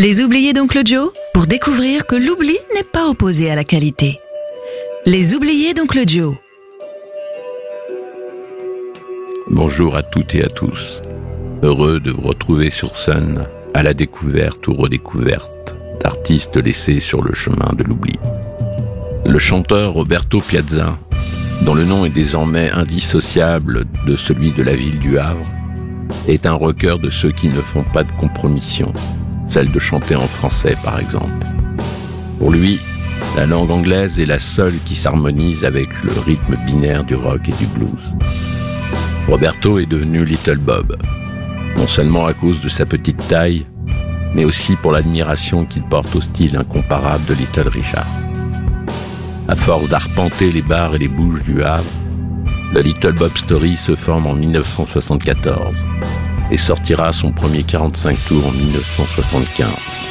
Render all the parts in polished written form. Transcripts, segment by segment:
Les oubliés d'Oncle Joe, pour découvrir que l'oubli n'est pas opposé à la qualité. Les oubliés d'Oncle Joe. Bonjour à toutes et à tous. Heureux de vous retrouver sur Sun à la découverte ou redécouverte d'artistes laissés sur le chemin de l'oubli. Le chanteur Roberto Piazza, dont le nom est désormais indissociable de celui de la ville du Havre, est un rocker de ceux qui ne font pas de compromission, celle de chanter en français par exemple. Pour lui, la langue anglaise est la seule qui s'harmonise avec le rythme binaire du rock et du blues. Roberto est devenu Little Bob, non seulement à cause de sa petite taille, mais aussi pour l'admiration qu'il porte au style incomparable de Little Richard. À force d'arpenter les bars et les bouges du Havre, le Little Bob Story se forme en 1974 et sortira son premier 45 tours en 1975.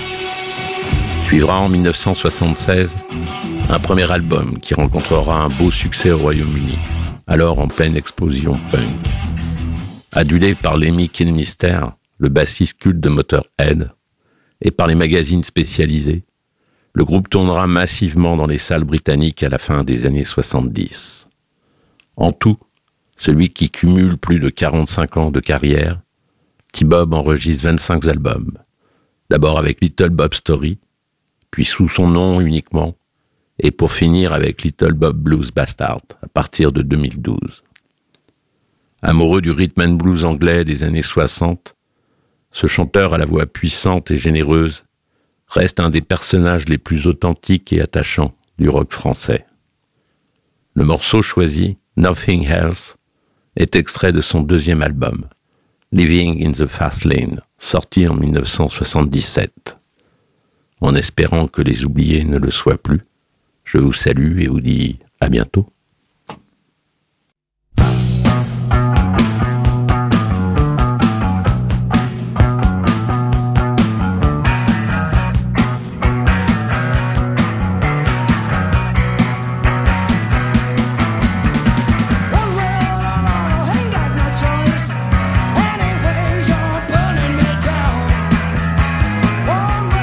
Suivra en 1976 un premier album qui rencontrera un beau succès au Royaume-Uni, alors en pleine explosion punk. Adulé par Lemmy Kilmister, le bassiste culte de Motörhead, et par les magazines spécialisés, le groupe tournera massivement dans les salles britanniques à la fin des années 70. En tout, celui qui cumule plus de 45 ans de carrière, T-Bob enregistre 25 albums, d'abord avec Little Bob Story, puis sous son nom uniquement, et pour finir avec Little Bob Blues Bastard à partir de 2012. Amoureux du rhythm and blues anglais des années 60, ce chanteur à la voix puissante et généreuse reste un des personnages les plus authentiques et attachants du rock français. Le morceau choisi, Nothing Else, est extrait de son deuxième album, Living in the Fast Lane, sorti en 1977. En espérant que les oubliés ne le soient plus, je vous salue et vous dis à bientôt.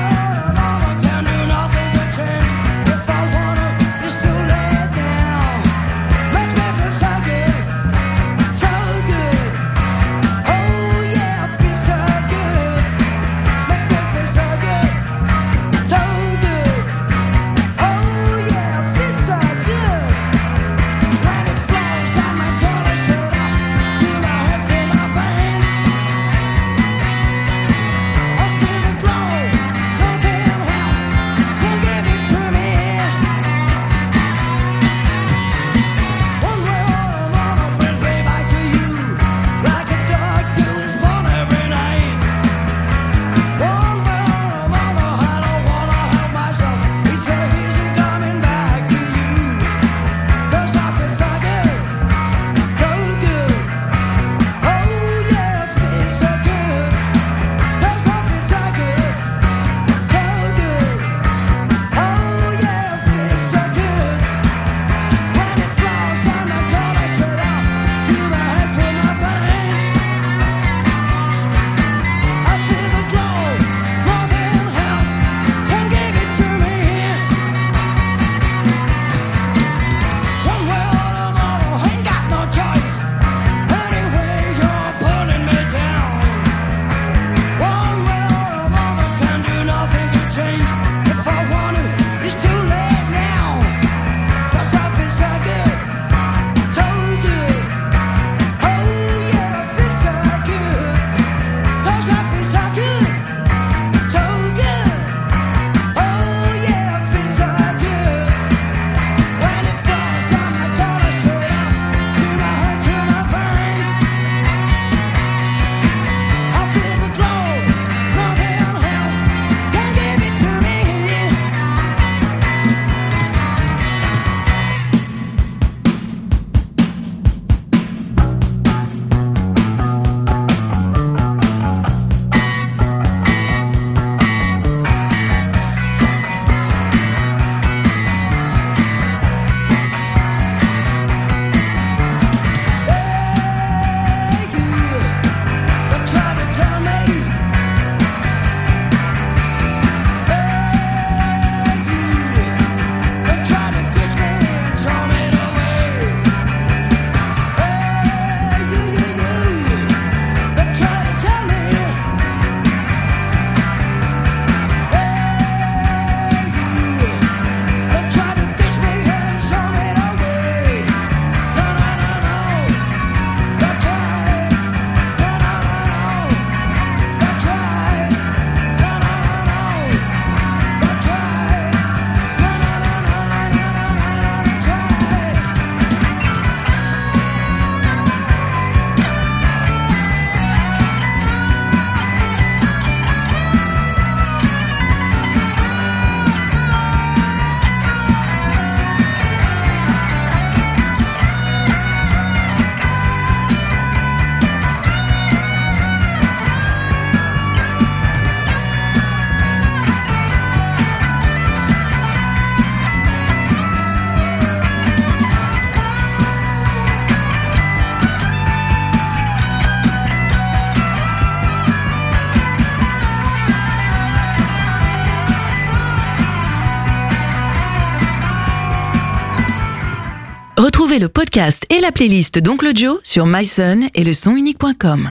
If I wanna, it's too late now. Retrouvez le podcast et la playlist d'Oncle Joe sur myson et lesonunique.com.